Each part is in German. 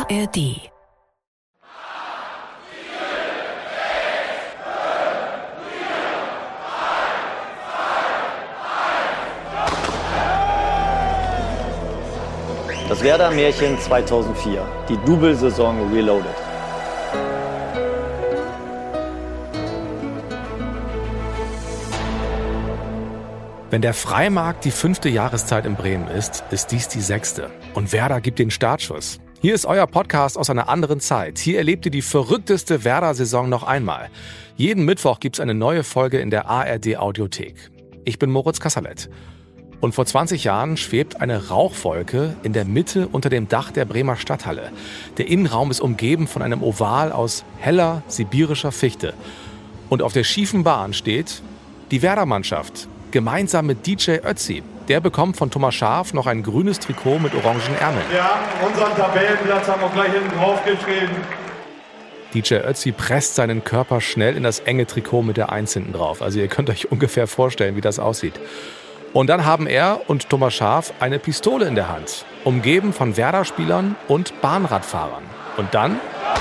ARD. Das Werder-Märchen 2004, die Double-Saison Reloaded. Wenn der Freimarkt die 5. Jahreszeit in Bremen ist, ist dies die 6. Und Werder gibt den Startschuss. Hier ist euer Podcast aus einer anderen Zeit. Hier erlebt ihr die verrückteste Werder-Saison noch einmal. Jeden Mittwoch gibt's eine neue Folge in der ARD-Audiothek. Ich bin Moritz Kasserlet. Und vor 20 Jahren schwebt eine Rauchwolke in der Mitte unter dem Dach der Bremer Stadthalle. Der Innenraum ist umgeben von einem Oval aus heller sibirischer Fichte. Und auf der schiefen Bahn steht die Werder-Mannschaft, gemeinsam mit DJ Ötzi. Der bekommt von Thomas Schaaf noch ein grünes Trikot mit orangen Ärmeln. Ja, unseren Tabellenplatz haben wir gleich hinten drauf geschrieben. DJ Ötzi presst seinen Körper schnell in das enge Trikot mit der 1 hinten drauf. Also ihr könnt euch ungefähr vorstellen, wie das aussieht. Und dann haben er und Thomas Schaaf eine Pistole in der Hand, umgeben von Werder-Spielern und Bahnradfahrern. Und dann,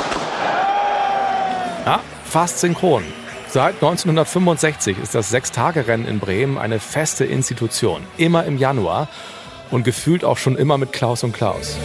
fast synchron. Seit 1965 ist das 6-Tage-Rennen in Bremen eine feste Institution. Immer im Januar und gefühlt auch schon immer mit Klaus und Klaus.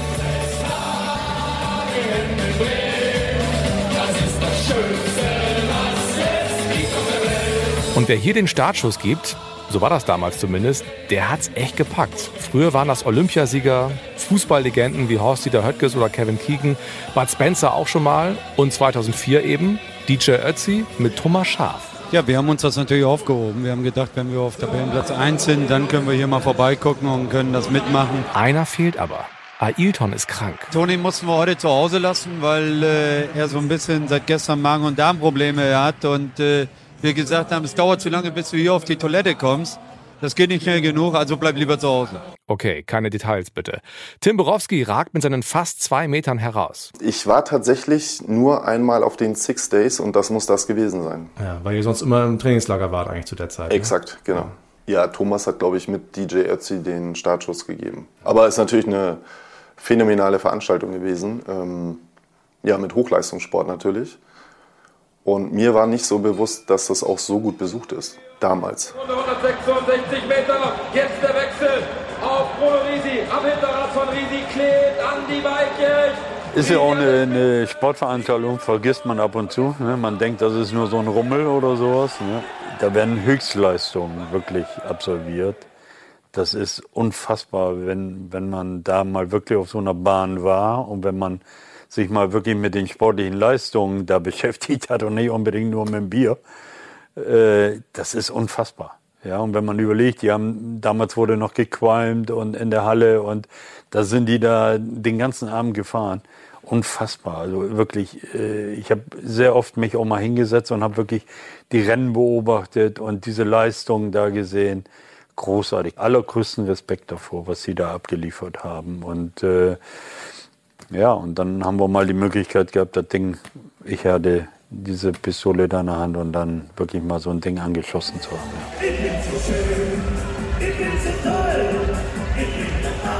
Und wer hier den Startschuss gibt, so war das damals zumindest, der hat's echt gepackt. Früher waren das Olympiasieger, Fußballlegenden wie Horst-Dieter Höttges oder Kevin Keegan, Bud Spencer auch schon mal und 2004 eben DJ Ötzi mit Thomas Schaaf. Ja, wir haben uns das natürlich aufgehoben. Wir haben gedacht, wenn wir auf Tabellenplatz 1 sind, dann können wir hier mal vorbeigucken und können das mitmachen. Einer fehlt aber. Ailton ist krank. Toni mussten wir heute zu Hause lassen, weil er so ein bisschen seit gestern Magen- und Darmprobleme hat und wir gesagt haben, es dauert zu lange, bis du hier auf die Toilette kommst. Das geht nicht schnell genug, also bleib lieber zu Hause. Okay, keine Details bitte. Tim Borowski ragt mit seinen fast 2 Metern heraus. Ich war tatsächlich nur einmal auf den 6 Days und das muss das gewesen sein. Ja, weil ihr sonst immer im Trainingslager wart eigentlich zu der Zeit. Exakt, ne? Genau. Ja, Thomas hat, glaube ich, mit DJ Ötzi den Startschuss gegeben. Aber es ist natürlich eine phänomenale Veranstaltung gewesen. Mit Hochleistungssport natürlich. Und mir war nicht so bewusst, dass das auch so gut besucht ist, damals. 166 Meter, jetzt der Wechsel auf Bruno Risi, am Hinterrad von Risi, klebt an die Weikirch. Ist ja auch eine Sportveranstaltung, vergisst man ab und zu. Ne? Man denkt, das ist nur so ein Rummel oder sowas. Ne? Da werden Höchstleistungen wirklich absolviert. Das ist unfassbar, wenn man da mal wirklich auf so einer Bahn war und wenn man sich mal wirklich mit den sportlichen Leistungen da beschäftigt hat und nicht unbedingt nur mit dem Bier. Das ist unfassbar. Ja, und wenn man überlegt, damals wurde noch gequalmt und in der Halle und da sind die da den ganzen Abend gefahren. Unfassbar. Also wirklich, ich habe sehr oft mich auch mal hingesetzt und habe wirklich die Rennen beobachtet und diese Leistungen da gesehen. Großartig. Allergrößten Respekt davor, was sie da abgeliefert haben. Und und dann haben wir mal die Möglichkeit gehabt, das Ding, ich hatte diese Pistole da in der Hand und dann wirklich mal so ein Ding angeschossen zu haben. Ja. Ich bin so schön, ich bin so toll, ich bin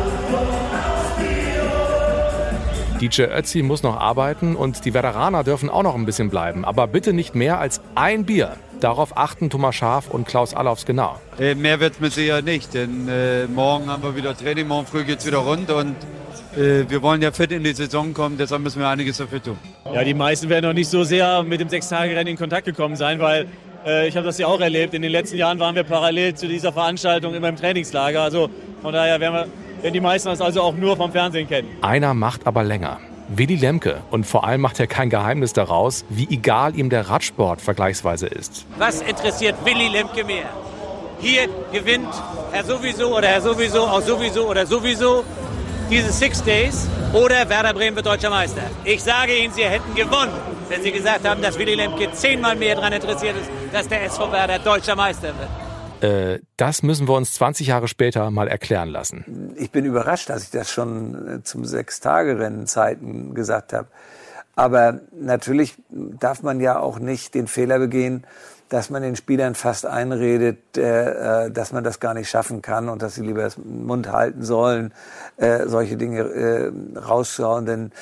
das Auto aus DJ Ötzi muss noch arbeiten und die Werderaner dürfen auch noch ein bisschen bleiben. Aber bitte nicht mehr als ein Bier. Darauf achten Thomas Schaaf und Klaus Allofs genau. Mehr wird's mit Sicherheit nicht, denn morgen haben wir wieder Training, morgen früh geht's wieder rund und wir wollen ja fit in die Saison kommen, deshalb müssen wir einiges dafür tun. Ja, die meisten werden noch nicht so sehr mit dem 6-Tage-Rennen in Kontakt gekommen sein, weil ich habe das ja auch erlebt. In den letzten Jahren waren wir parallel zu dieser Veranstaltung immer im Trainingslager. Also von daher werden die meisten das also auch nur vom Fernsehen kennen. Einer macht aber länger. Willy Lemke. Und vor allem macht er kein Geheimnis daraus, wie egal ihm der Radsport vergleichsweise ist. Was interessiert Willy Lemke mehr? Hier gewinnt Herr sowieso oder Herr sowieso aus sowieso oder sowieso diese 6 Days oder Werder Bremen wird Deutscher Meister. Ich sage Ihnen, Sie hätten gewonnen, wenn Sie gesagt haben, dass Willy Lemke 10-mal mehr daran interessiert ist, dass der SV Werder Deutscher Meister wird. Das müssen wir uns 20 Jahre später mal erklären lassen. Ich bin überrascht, dass ich das schon zum 6-Tage-Rennen-Zeiten gesagt habe. Aber natürlich darf man ja auch nicht den Fehler begehen, dass man den Spielern fast einredet, dass man das gar nicht schaffen kann und dass sie lieber den Mund halten sollen, solche Dinge rausschauen. Denn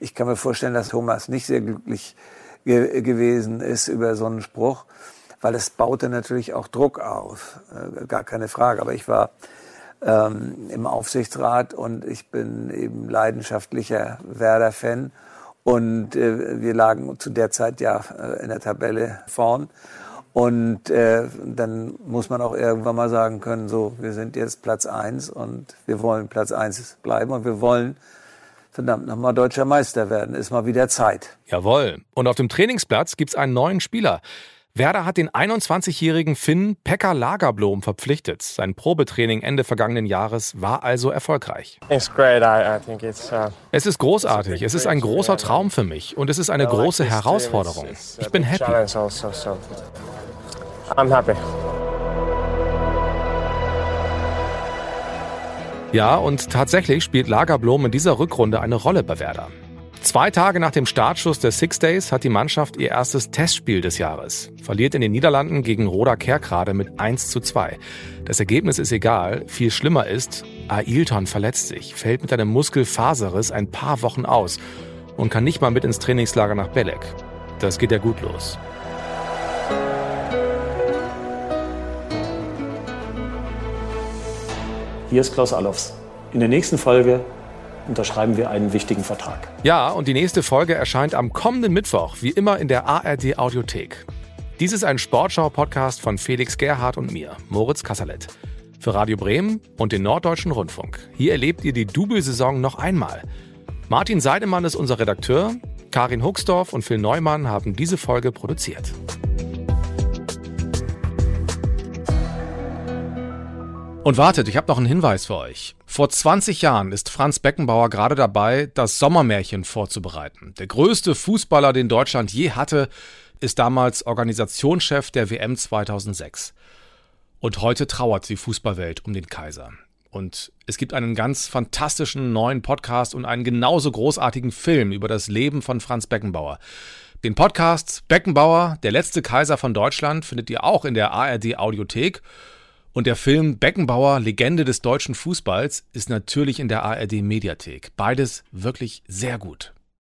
Ich kann mir vorstellen, dass Thomas nicht sehr glücklich gewesen ist über so einen Spruch, weil es baute natürlich auch Druck auf, gar keine Frage. Aber ich war im Aufsichtsrat und ich bin eben leidenschaftlicher Werder-Fan. Und wir lagen zu der Zeit ja in der Tabelle vorn. Und dann muss man auch irgendwann mal sagen können, so, wir sind jetzt Platz 1 und wir wollen Platz 1 bleiben und wir wollen verdammt nochmal deutscher Meister werden. Ist mal wieder Zeit. Jawohl. Und auf dem Trainingsplatz gibt's einen neuen Spieler. Werder hat den 21-jährigen Finn Pekka Lagerblom verpflichtet. Sein Probetraining Ende vergangenen Jahres war also erfolgreich. Es ist großartig. Es ist ein großer Traum für mich und es ist eine große Herausforderung. Ich bin happy. Ja, und tatsächlich spielt Lagerblom in dieser Rückrunde eine Rolle bei Werder. 2 Tage nach dem Startschuss der Six Days hat die Mannschaft ihr erstes Testspiel des Jahres. Verliert in den Niederlanden gegen Roda Kerkrade mit 1:2. Das Ergebnis ist egal. Viel schlimmer ist, Ailton verletzt sich, fällt mit einem Muskelfaserriss ein paar Wochen aus und kann nicht mal mit ins Trainingslager nach Belek. Das geht ja gut los. Hier ist Klaus Allofs. In der nächsten Folge unterschreiben wir einen wichtigen Vertrag. Ja, und die nächste Folge erscheint am kommenden Mittwoch, wie immer in der ARD Audiothek. Dies ist ein Sportschau-Podcast von Felix Gerhardt und mir, Moritz Kasserlet. Für Radio Bremen und den Norddeutschen Rundfunk. Hier erlebt ihr die Double-Saison noch einmal. Martin Seidemann ist unser Redakteur, Karin Huxdorf und Phil Neumann haben diese Folge produziert. Und wartet, ich habe noch einen Hinweis für euch. Vor 20 Jahren ist Franz Beckenbauer gerade dabei, das Sommermärchen vorzubereiten. Der größte Fußballer, den Deutschland je hatte, ist damals Organisationschef der WM 2006. Und heute trauert die Fußballwelt um den Kaiser. Und es gibt einen ganz fantastischen neuen Podcast und einen genauso großartigen Film über das Leben von Franz Beckenbauer. Den Podcast Beckenbauer, der letzte Kaiser von Deutschland, findet ihr auch in der ARD Audiothek. Und der Film Beckenbauer, Legende des deutschen Fußballs, ist natürlich in der ARD Mediathek. Beides wirklich sehr gut.